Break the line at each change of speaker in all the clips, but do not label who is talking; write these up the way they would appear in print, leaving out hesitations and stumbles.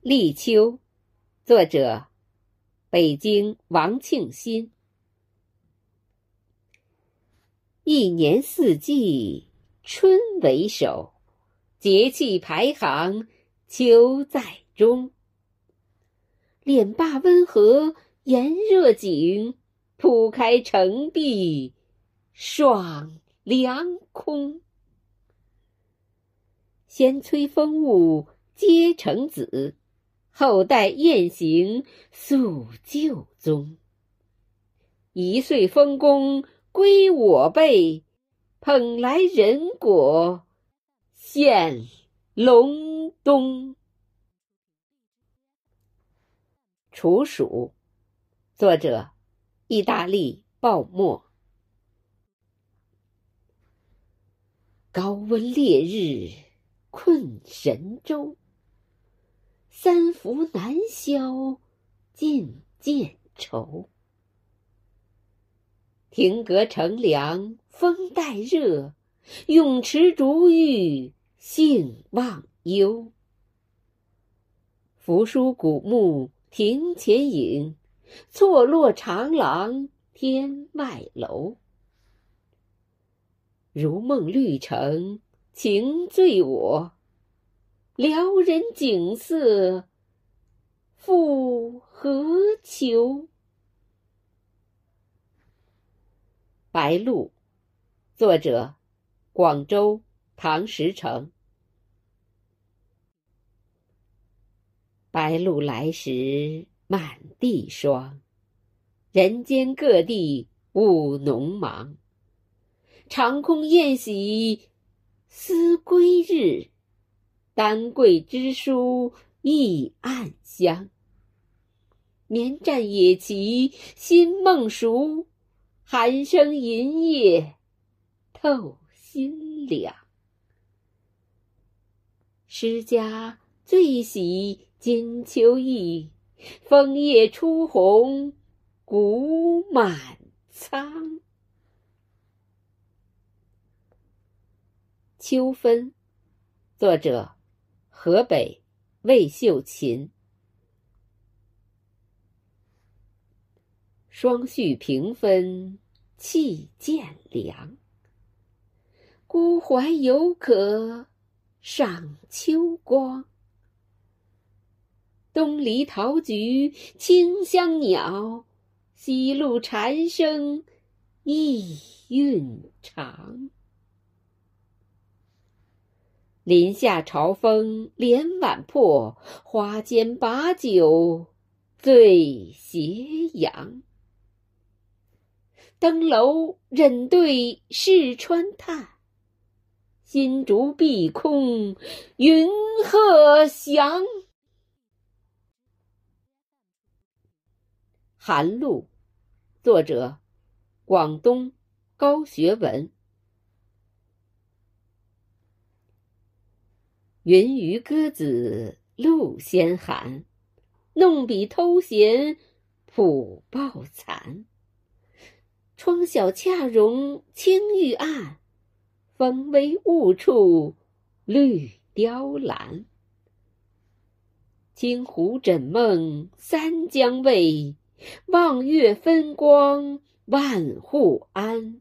立秋，作者北京王庆新。一年四季春为首，节气排行秋在中。敛罢温和炎热景，铺开澄碧爽凉空。先催风物皆成子，后代雁行溯旧踪。一岁丰功归我辈，捧来人果献隆冬。处暑，作者意大利鲍默。高温烈日困神州，三伏难消尽见愁。亭阁乘凉风带热，泳池逐玉兴忘忧。扶疏古木庭前影，错落长廊天外楼。如梦绿城情醉我，撩人景色复何求。白鹭，作者广州唐时成。白鹭来时满地霜，人间各地务农忙。长空宴喜思归日，丹桂之书忆暗香。绵战野骑新梦熟，寒声银叶透心凉。诗家最喜金秋意，枫叶初红谷满仓。秋分，作者河北魏秀琴。霜絮平分气渐凉，孤怀犹可赏秋光。东篱桃菊清香袅，西路蝉声意韵长。林下潮风连碗破，花间把酒醉斜阳。登楼忍对试穿探，新竹碧空云鹤翔。寒露，作者广东高学文。云鱼鸽子露先寒，弄笔偷闲朴报残。窗小恰容青玉案，风微雾处绿雕栏。清湖枕梦三江蔚，望月分光万户安。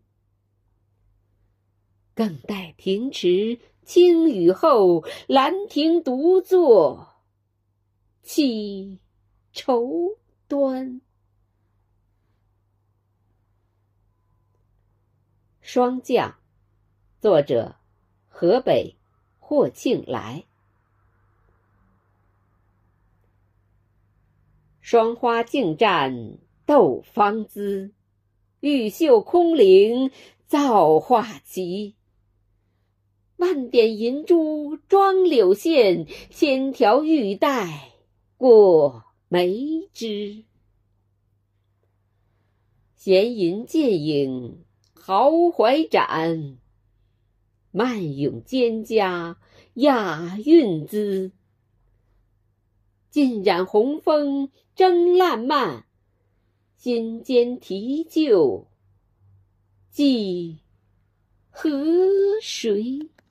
更待庭池青雨后，兰亭独坐起绸端。霜降，作者河北霍庆来。霜花竞战斗芳姿，玉袖空灵造化奇。万点银珠装柳线，千条玉带过梅枝。闲吟剑影豪怀展，漫咏蒹葭雅韵姿。浸染红枫争烂漫，心间题就寄河水。